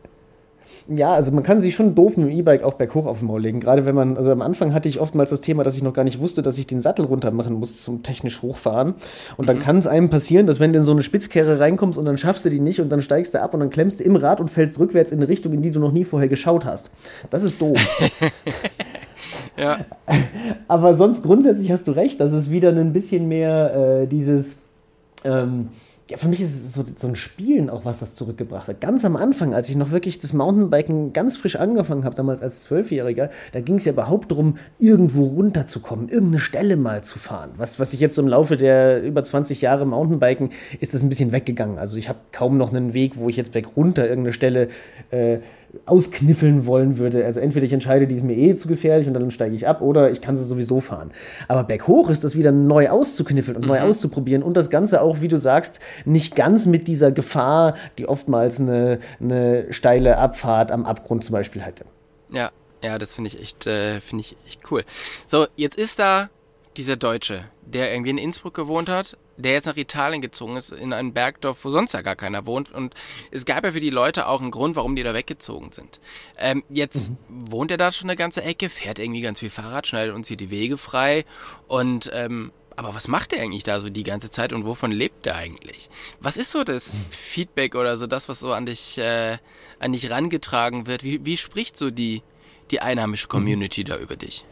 Ja, also man kann sich schon doof mit dem E-Bike auch berghoch aufs Maul legen. Gerade wenn man, also am Anfang hatte ich oftmals das Thema, dass ich noch gar nicht wusste, dass ich den Sattel runter machen muss zum technisch hochfahren. Und dann mhm. kann es einem passieren, dass wenn du in so eine Spitzkehre reinkommst und dann schaffst du die nicht und dann steigst du ab und dann klemmst du im Rad und fällst rückwärts in eine Richtung, in die du noch nie vorher geschaut hast. Das ist doof. Ja. Aber sonst grundsätzlich hast du recht, dass es wieder ein bisschen mehr äh, dieses ähm, ja, für mich ist es so, so ein Spielen auch, was das zurückgebracht hat. Ganz am Anfang, als ich noch wirklich das Mountainbiken ganz frisch angefangen habe, damals als Zwölfjähriger, da ging es ja überhaupt darum, irgendwo runterzukommen, irgendeine Stelle mal zu fahren. Was, was ich jetzt so im Laufe der über zwanzig Jahre Mountainbiken, ist das ein bisschen weggegangen. Also ich habe kaum noch einen Weg, wo ich jetzt bergunter irgendeine Stelle äh, auskniffeln wollen würde. Also entweder ich entscheide, die ist mir eh zu gefährlich und dann steige ich ab oder ich kann sie sowieso fahren. Aber berghoch ist das wieder neu auszukniffeln und mhm. neu auszuprobieren und das Ganze auch, wie du sagst, nicht ganz mit dieser Gefahr, die oftmals eine, eine steile Abfahrt am Abgrund zum Beispiel hatte. Ja, ja, das finde ich echt, äh, finde ich echt cool. So, jetzt ist da dieser Deutsche, der irgendwie in Innsbruck gewohnt hat, der jetzt nach Italien gezogen ist, in ein Bergdorf, wo sonst ja gar keiner wohnt. Und es gab ja für die Leute auch einen Grund, warum die da weggezogen sind. Ähm, jetzt mhm. wohnt er da schon eine ganze Ecke, fährt irgendwie ganz viel Fahrrad, schneidet uns hier die Wege frei. Und ähm, aber was macht er eigentlich da so die ganze Zeit und wovon lebt er eigentlich? Was ist so das Feedback oder so das, was so an dich, äh, an dich rangetragen wird? Wie, wie spricht so die, die einheimische Community mhm. da über dich?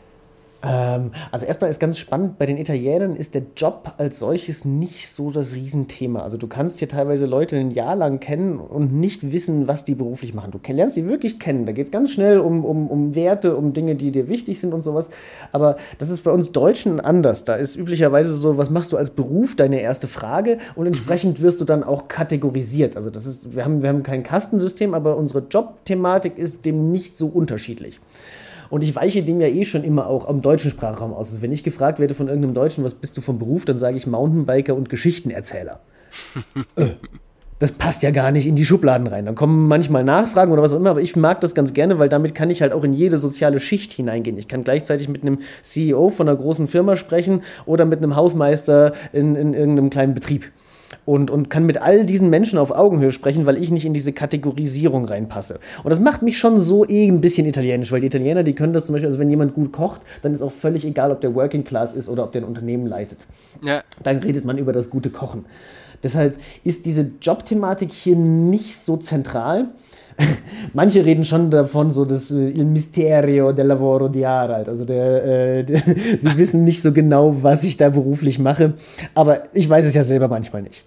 Also erstmal ist ganz spannend, bei den Italienern ist der Job als solches nicht so das Riesenthema. Also du kannst hier teilweise Leute ein Jahr lang kennen und nicht wissen, was die beruflich machen. Du lernst sie wirklich kennen. Da geht es ganz schnell um, um, um Werte, um Dinge, die dir wichtig sind und sowas. Aber das ist bei uns Deutschen anders. Da ist üblicherweise so, was machst du als Beruf, deine erste Frage und entsprechend wirst du dann auch kategorisiert. Also das ist, wir haben, wir haben kein Kastensystem, aber unsere Jobthematik ist dem nicht so unterschiedlich. Und ich weiche dem ja eh schon immer auch am deutschen Sprachraum aus. Also wenn ich gefragt werde von irgendeinem Deutschen, was bist du vom Beruf, dann sage ich Mountainbiker und Geschichtenerzähler. äh, das passt ja gar nicht in die Schubladen rein. Dann kommen manchmal Nachfragen oder was auch immer, aber ich mag das ganz gerne, weil damit kann ich halt auch in jede soziale Schicht hineingehen. Ich kann gleichzeitig mit einem C E O von einer großen Firma sprechen oder mit einem Hausmeister in, in irgendeinem kleinen Betrieb. Und, und kann mit all diesen Menschen auf Augenhöhe sprechen, weil ich nicht in diese Kategorisierung reinpasse. Und das macht mich schon so eh ein bisschen italienisch, weil die Italiener, die können das zum Beispiel, also wenn jemand gut kocht, dann ist auch völlig egal, ob der Working Class ist oder ob der ein Unternehmen leitet. Ja. Dann redet man über das gute Kochen. Deshalb ist diese Jobthematik hier nicht so zentral. Manche reden schon davon, so das äh, il misterio del lavoro di Harald. Also der, äh, der, sie wissen nicht so genau, was ich da beruflich mache. Aber ich weiß es ja selber manchmal nicht.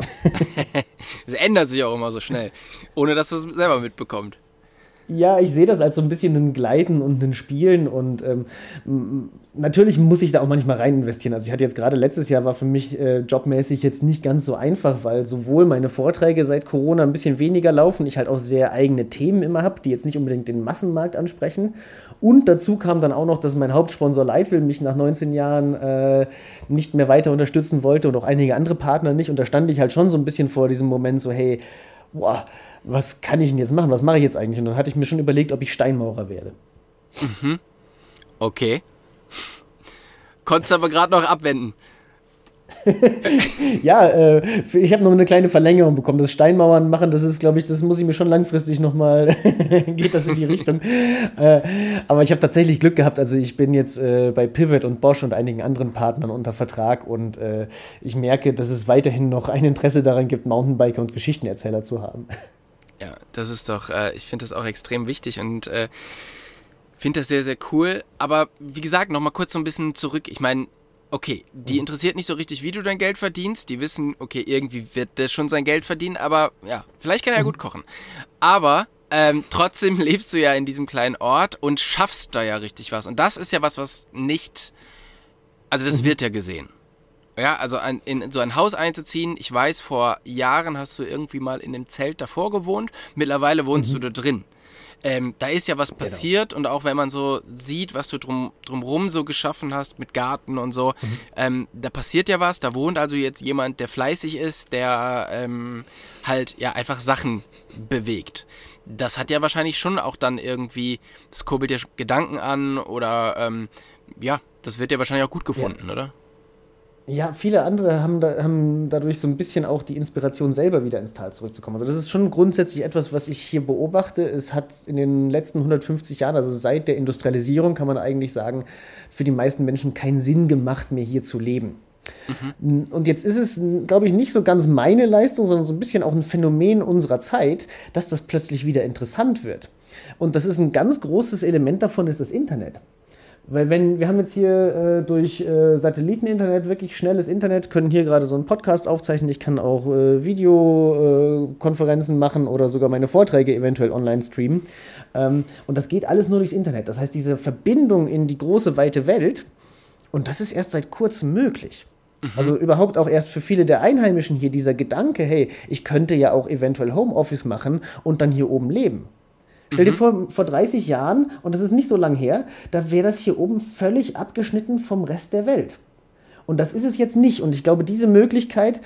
Es ändert sich auch immer so schnell, ohne dass du es selber mitbekommst. Ja, ich sehe das als so ein bisschen ein Gleiten und ein Spielen und ähm, m- natürlich muss ich da auch manchmal rein investieren. Also ich hatte jetzt gerade letztes Jahr war für mich äh, jobmäßig jetzt nicht ganz so einfach, weil sowohl meine Vorträge seit Corona ein bisschen weniger laufen, ich halt auch sehr eigene Themen immer habe, die jetzt nicht unbedingt den Massenmarkt ansprechen. Und dazu kam dann auch noch, dass mein Hauptsponsor Leitwil mich nach neunzehn Jahren äh, nicht mehr weiter unterstützen wollte und auch einige andere Partner nicht. Und da stand ich halt schon so ein bisschen vor diesem Moment so, hey, boah, was kann ich denn jetzt machen? Was mache ich jetzt eigentlich? Und dann hatte ich mir schon überlegt, ob ich Steinmaurer werde. Mhm. Okay. Konntest aber gerade noch abwenden. Ja, äh, ich habe noch eine kleine Verlängerung bekommen. Das Steinmauern machen, das ist, glaube ich, das muss ich mir schon langfristig nochmal, geht das in die Richtung. Äh, aber ich habe tatsächlich Glück gehabt. Also ich bin jetzt äh, bei Pivot und Bosch und einigen anderen Partnern unter Vertrag und äh, ich merke, dass es weiterhin noch ein Interesse daran gibt, Mountainbiker und Geschichtenerzähler zu haben. Ja, das ist doch, äh, ich finde das auch extrem wichtig und äh, finde das sehr, sehr cool. Aber wie gesagt, nochmal kurz so ein bisschen zurück. Ich meine, okay, die interessiert nicht so richtig, wie du dein Geld verdienst. Die wissen, okay, irgendwie wird der schon sein Geld verdienen, aber ja, vielleicht kann er ja gut kochen. Aber ähm, trotzdem lebst du ja in diesem kleinen Ort und schaffst da ja richtig was. Und das ist ja was, was nicht, also das wird ja gesehen. Ja, also ein, in so ein Haus einzuziehen, ich weiß, vor Jahren hast du irgendwie mal in dem Zelt davor gewohnt, mittlerweile wohnst mhm. du da drin. Ähm, da ist ja was passiert genau. Und auch wenn man so sieht, was du drum, drumrum so geschaffen hast mit Garten und so, mhm. ähm, da passiert ja was, da wohnt also jetzt jemand, der fleißig ist, der ähm, halt ja einfach Sachen bewegt. Das hat ja wahrscheinlich schon auch dann irgendwie, das kurbelt ja Gedanken an oder ähm, ja, das wird ja wahrscheinlich auch gut gefunden, ja. Oder? Ja, viele andere haben, da, haben dadurch so ein bisschen auch die Inspiration, selber wieder ins Tal zurückzukommen. Also das ist schon grundsätzlich etwas, was ich hier beobachte. Es hat in den letzten hundertfünfzig Jahren, also seit der Industrialisierung, kann man eigentlich sagen, für die meisten Menschen keinen Sinn gemacht, mehr hier zu leben. Mhm. Und jetzt ist es, glaube ich, nicht so ganz meine Leistung, sondern so ein bisschen auch ein Phänomen unserer Zeit, dass das plötzlich wieder interessant wird. Und das ist ein ganz großes Element davon, ist das Internet. Weil wenn, wir haben jetzt hier äh, durch äh, Satelliteninternet wirklich schnelles Internet, können hier gerade so einen Podcast aufzeichnen, ich kann auch äh, Videokonferenzen äh, machen oder sogar meine Vorträge eventuell online streamen. Ähm, und das geht alles nur durchs Internet. Das heißt, diese Verbindung in die große, weite Welt, und das ist erst seit kurzem möglich. Mhm. Also überhaupt auch erst für viele der Einheimischen hier dieser Gedanke, hey, ich könnte ja auch eventuell Homeoffice machen und dann hier oben leben. Stell dir mhm. vor, vor dreißig Jahren, und das ist nicht so lang her, da wäre das hier oben völlig abgeschnitten vom Rest der Welt. Und das ist es jetzt nicht. Und ich glaube, diese Möglichkeit,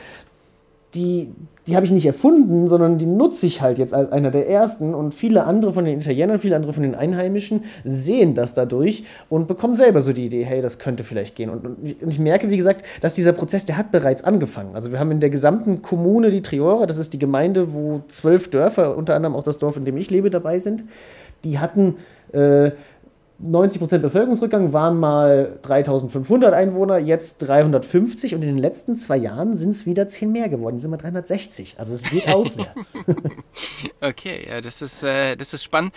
die, die habe ich nicht erfunden, sondern die nutze ich halt jetzt als einer der ersten. Und viele andere von den Italienern, viele andere von den Einheimischen sehen das dadurch und bekommen selber so die Idee, hey, das könnte vielleicht gehen. Und, und, ich, und ich merke, wie gesagt, dass dieser Prozess, der hat bereits angefangen. Also wir haben in der gesamten Kommune die Triora, das ist die Gemeinde, wo zwölf Dörfer, unter anderem auch das Dorf, in dem ich lebe, dabei sind. Die hatten äh, neunzig Prozent Bevölkerungsrückgang, waren mal dreitausendfünfhundert Einwohner, jetzt dreihundertfünfzig und in den letzten zwei Jahren sind es wieder zehn mehr geworden, sind wir dreihundertsechzig. Also es geht aufwärts. Okay, ja, das ist, äh, das ist spannend,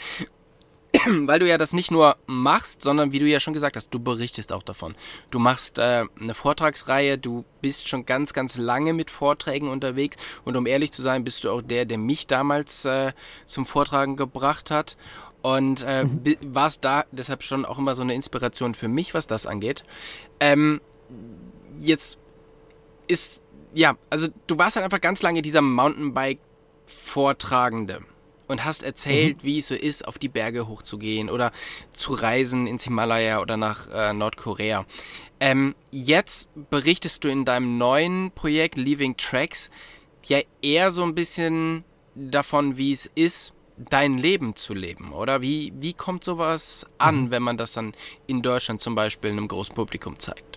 weil du ja das nicht nur machst, sondern wie du ja schon gesagt hast, du berichtest auch davon. Du machst äh, eine Vortragsreihe, du bist schon ganz, ganz lange mit Vorträgen unterwegs und um ehrlich zu sein, bist du auch der, der mich damals äh, zum Vortragen gebracht hat. Und äh, mhm. war es da deshalb schon auch immer so eine Inspiration für mich, was das angeht. Ähm, jetzt ist, ja, also du warst halt einfach ganz lange dieser Mountainbike-Vortragende und hast erzählt, mhm. wie es so ist, auf die Berge hochzugehen oder zu reisen ins Himalaya oder nach äh, Nordkorea. Ähm, jetzt berichtest du in deinem neuen Projekt Leaving Tracks ja eher so ein bisschen davon, wie es ist, dein Leben zu leben, oder? Wie, wie kommt sowas an, mhm. wenn man das dann in Deutschland zum Beispiel einem großen Publikum zeigt?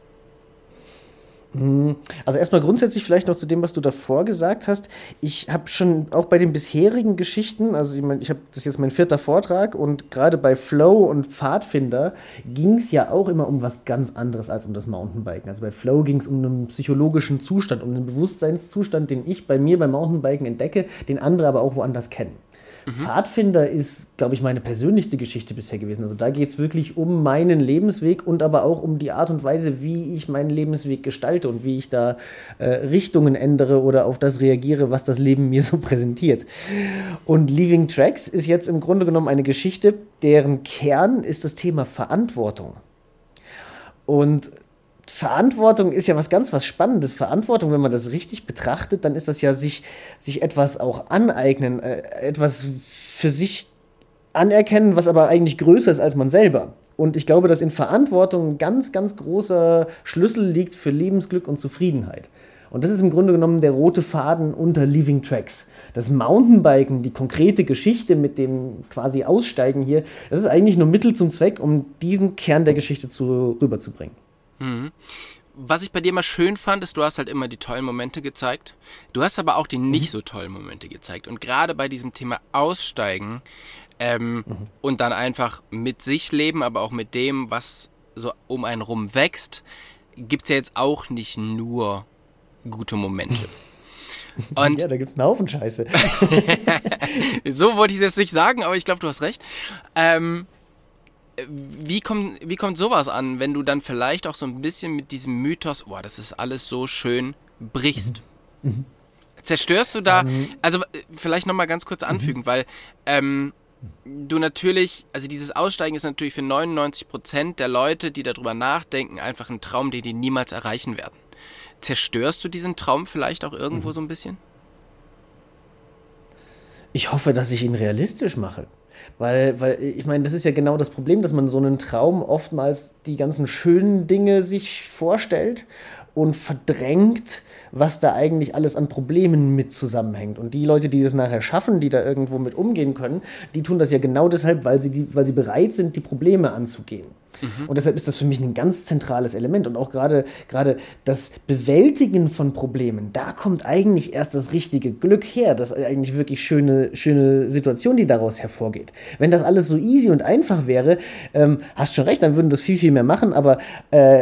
Also erstmal grundsätzlich vielleicht noch zu dem, was du davor gesagt hast. Ich habe schon auch bei den bisherigen Geschichten, also ich meine, ich habe das jetzt mein vierter Vortrag und gerade bei Flow und Pfadfinder ging es ja auch immer um was ganz anderes als um das Mountainbiken. Also bei Flow ging es um einen psychologischen Zustand, um einen Bewusstseinszustand, den ich bei mir beim Mountainbiken entdecke, den andere aber auch woanders kennen. Mhm. Pfadfinder ist, glaube ich, meine persönlichste Geschichte bisher gewesen. Also da geht es wirklich um meinen Lebensweg und aber auch um die Art und Weise, wie ich meinen Lebensweg gestalte und wie ich da äh, Richtungen ändere oder auf das reagiere, was das Leben mir so präsentiert. Und Leaving Tracks ist jetzt im Grunde genommen eine Geschichte, deren Kern ist das Thema Verantwortung. Und Verantwortung ist ja was ganz was Spannendes. Verantwortung, wenn man das richtig betrachtet, dann ist das ja sich, sich etwas auch aneignen, äh, etwas für sich anerkennen, was aber eigentlich größer ist als man selber. Und ich glaube, dass in Verantwortung ein ganz, ganz großer Schlüssel liegt für Lebensglück und Zufriedenheit. Und das ist im Grunde genommen der rote Faden unter Leaving Tracks. Das Mountainbiken, die konkrete Geschichte mit dem quasi Aussteigen hier, das ist eigentlich nur Mittel zum Zweck, um diesen Kern der Geschichte zu, rüberzubringen. Mhm. was ich bei dir mal schön fand, ist, du hast halt immer die tollen Momente gezeigt. Du hast aber auch die nicht so tollen Momente gezeigt. Und gerade bei diesem Thema Aussteigen ähm, mhm. und dann einfach mit sich leben, aber auch mit dem, was so um einen rum wächst, gibt es ja jetzt auch nicht nur gute Momente. Und ja, da gibt es einen Haufen Scheiße. So wollte ich es jetzt nicht sagen, aber ich glaube, du hast recht. Ähm, wie, kommt, wie kommt sowas an, wenn du dann vielleicht auch so ein bisschen mit diesem Mythos, boah, das ist alles so schön, brichst? Mhm. Zerstörst du da, um, also vielleicht nochmal ganz kurz anfügen, mhm. weil ähm, du natürlich, also dieses Aussteigen ist natürlich für neunundneunzig Prozent der Leute, die darüber nachdenken, einfach ein Traum, den die niemals erreichen werden. Zerstörst du diesen Traum vielleicht auch irgendwo mhm. so ein bisschen? Ich hoffe, dass ich ihn realistisch mache. Weil, weil, ich meine, das ist ja genau das Problem, dass man so einen Traum oftmals die ganzen schönen Dinge sich vorstellt und verdrängt, was da eigentlich alles an Problemen mit zusammenhängt. Und die Leute, die das nachher schaffen, die da irgendwo mit umgehen können, die tun das ja genau deshalb, weil sie, die, weil sie bereit sind, die Probleme anzugehen. Mhm. Und deshalb ist das für mich ein ganz zentrales Element. Und auch gerade gerade das Bewältigen von Problemen, da kommt eigentlich erst das richtige Glück her. Das ist eigentlich wirklich schöne, schöne Situation, die daraus hervorgeht. Wenn das alles so easy und einfach wäre, ähm, hast schon recht, dann würden das viel, viel mehr machen. Aber äh,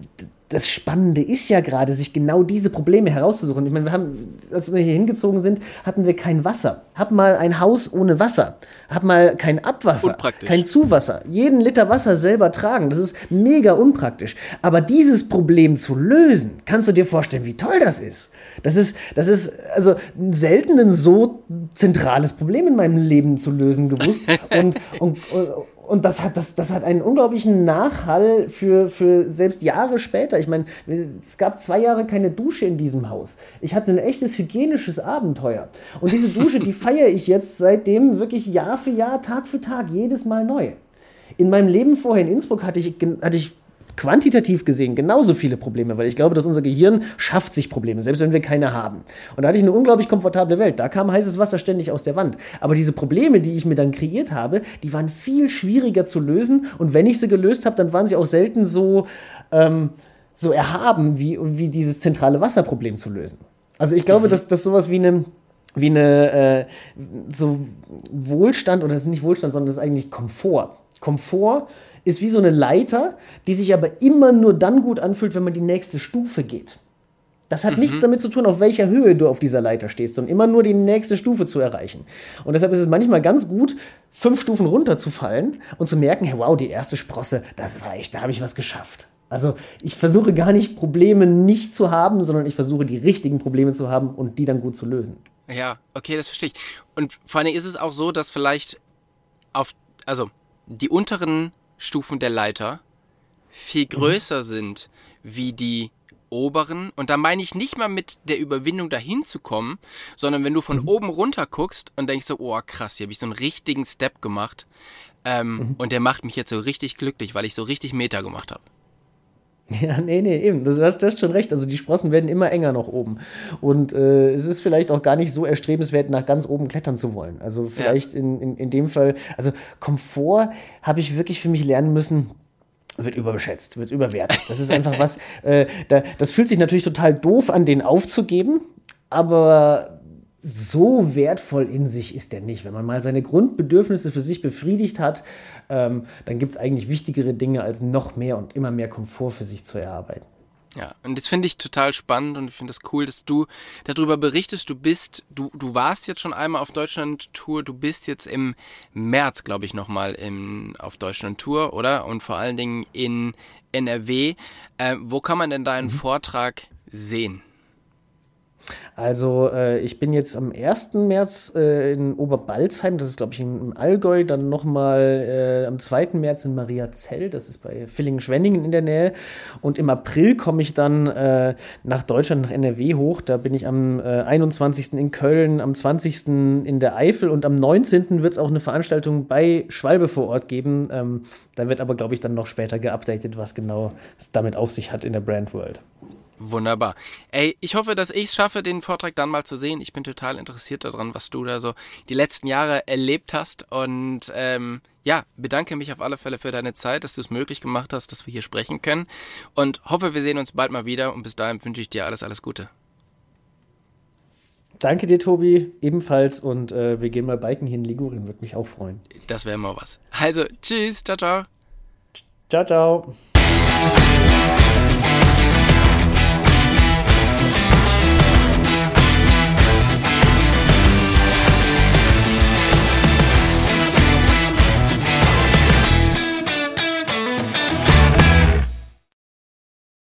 das Spannende ist ja gerade, sich genau diese Probleme herauszusuchen. Ich meine, wir haben, als wir hier hingezogen sind, hatten wir kein Wasser. Hab mal ein Haus ohne Wasser. Hab mal kein Abwasser, kein Zuwasser. Jeden Liter Wasser selber tragen. Das ist mega unpraktisch. Aber dieses Problem zu lösen, kannst du dir vorstellen, wie toll das ist. Das ist, das ist also selten ein so zentrales Problem in meinem Leben zu lösen gewusst. Und, und, und Und das hat, das, das hat einen unglaublichen Nachhall für, für selbst Jahre später. Ich meine, es gab zwei Jahre keine Dusche in diesem Haus. Ich hatte ein echtes hygienisches Abenteuer. Und diese Dusche, die feiere ich jetzt seitdem wirklich Jahr für Jahr, Tag für Tag, jedes Mal neu. In meinem Leben vorher in Innsbruck hatte ich, hatte ich quantitativ gesehen genauso viele Probleme, weil ich glaube, dass unser Gehirn schafft sich Probleme, selbst wenn wir keine haben. Und da hatte ich eine unglaublich komfortable Welt. Da kam heißes Wasser ständig aus der Wand. Aber diese Probleme, die ich mir dann kreiert habe, die waren viel schwieriger zu lösen. Und wenn ich sie gelöst habe, dann waren sie auch selten so, ähm, so erhaben, wie, wie dieses zentrale Wasserproblem zu lösen. Also ich glaube, mhm. dass, dass sowas wie eine wie eine äh, so Wohlstand, oder das ist nicht Wohlstand, sondern das ist eigentlich Komfort. Komfort ist wie so eine Leiter, die sich aber immer nur dann gut anfühlt, wenn man die nächste Stufe geht. Das hat mhm. nichts damit zu tun, auf welcher Höhe du auf dieser Leiter stehst, sondern immer nur die nächste Stufe zu erreichen. Und deshalb ist es manchmal ganz gut, fünf Stufen runterzufallen und zu merken, hey, wow, die erste Sprosse, das war echt, da habe ich was geschafft. Also ich versuche gar nicht, Probleme nicht zu haben, sondern ich versuche, die richtigen Probleme zu haben und die dann gut zu lösen. Ja, okay, das verstehe ich. Und vor allem ist es auch so, dass vielleicht auf, also die unteren Stufen der Leiter viel größer mhm. sind wie die oberen. Und da meine ich nicht mal mit der Überwindung dahin zu kommen, sondern wenn du von mhm. oben runter guckst und denkst so, oh krass, hier habe ich so einen richtigen Step gemacht ähm, mhm. und der macht mich jetzt so richtig glücklich, weil ich so richtig Meter gemacht habe. Ja, nee, nee, eben. Du hast, hast schon recht. Also die Sprossen werden immer enger nach oben. Und äh, es ist vielleicht auch gar nicht so erstrebenswert, nach ganz oben klettern zu wollen. Also vielleicht ja. in, in, in dem Fall, also Komfort habe ich wirklich für mich lernen müssen, wird überbeschätzt, wird überwertet. Das ist einfach was, äh, da, das fühlt sich natürlich total doof an, den aufzugeben, aber so wertvoll in sich ist der nicht. Wenn man mal seine Grundbedürfnisse für sich befriedigt hat, ähm, dann gibt es eigentlich wichtigere Dinge, als noch mehr und immer mehr Komfort für sich zu erarbeiten. Ja, und das finde ich total spannend und ich finde das cool, dass du darüber berichtest. Du bist, du, du warst jetzt schon einmal auf Deutschland-Tour, du bist jetzt im März, glaube ich, nochmal auf Deutschland-Tour, oder? Und vor allen Dingen in N R W. Äh, wo kann man denn deinen mhm. Vortrag sehen? Also äh, ich bin jetzt am ersten März äh, in Oberbalzheim, das ist glaube ich im Allgäu, dann nochmal äh, am zweiten März in Mariazell, das ist bei Villingen-Schwenningen in der Nähe, und im April komme ich dann äh, nach Deutschland, nach N R W hoch, da bin ich am äh, einundzwanzigsten in Köln, am zwanzigsten in der Eifel und am neunzehnten wird es auch eine Veranstaltung bei Schwalbe vor Ort geben, ähm, da wird aber glaube ich dann noch später geupdatet, was genau es damit auf sich hat in der Brand World. Wunderbar. Ey, ich hoffe, dass ich es schaffe, den Vortrag dann mal zu sehen. Ich bin total interessiert daran, was du da so die letzten Jahre erlebt hast. Und ähm, ja, bedanke mich auf alle Fälle für deine Zeit, dass du es möglich gemacht hast, dass wir hier sprechen können und hoffe, wir sehen uns bald mal wieder und bis dahin wünsche ich dir alles, alles Gute. Danke dir, Tobi, ebenfalls und äh, wir gehen mal biken hier in Ligurien, würde mich auch freuen. Das wäre mal was. Also, tschüss, ciao, ciao. Ciao, ciao.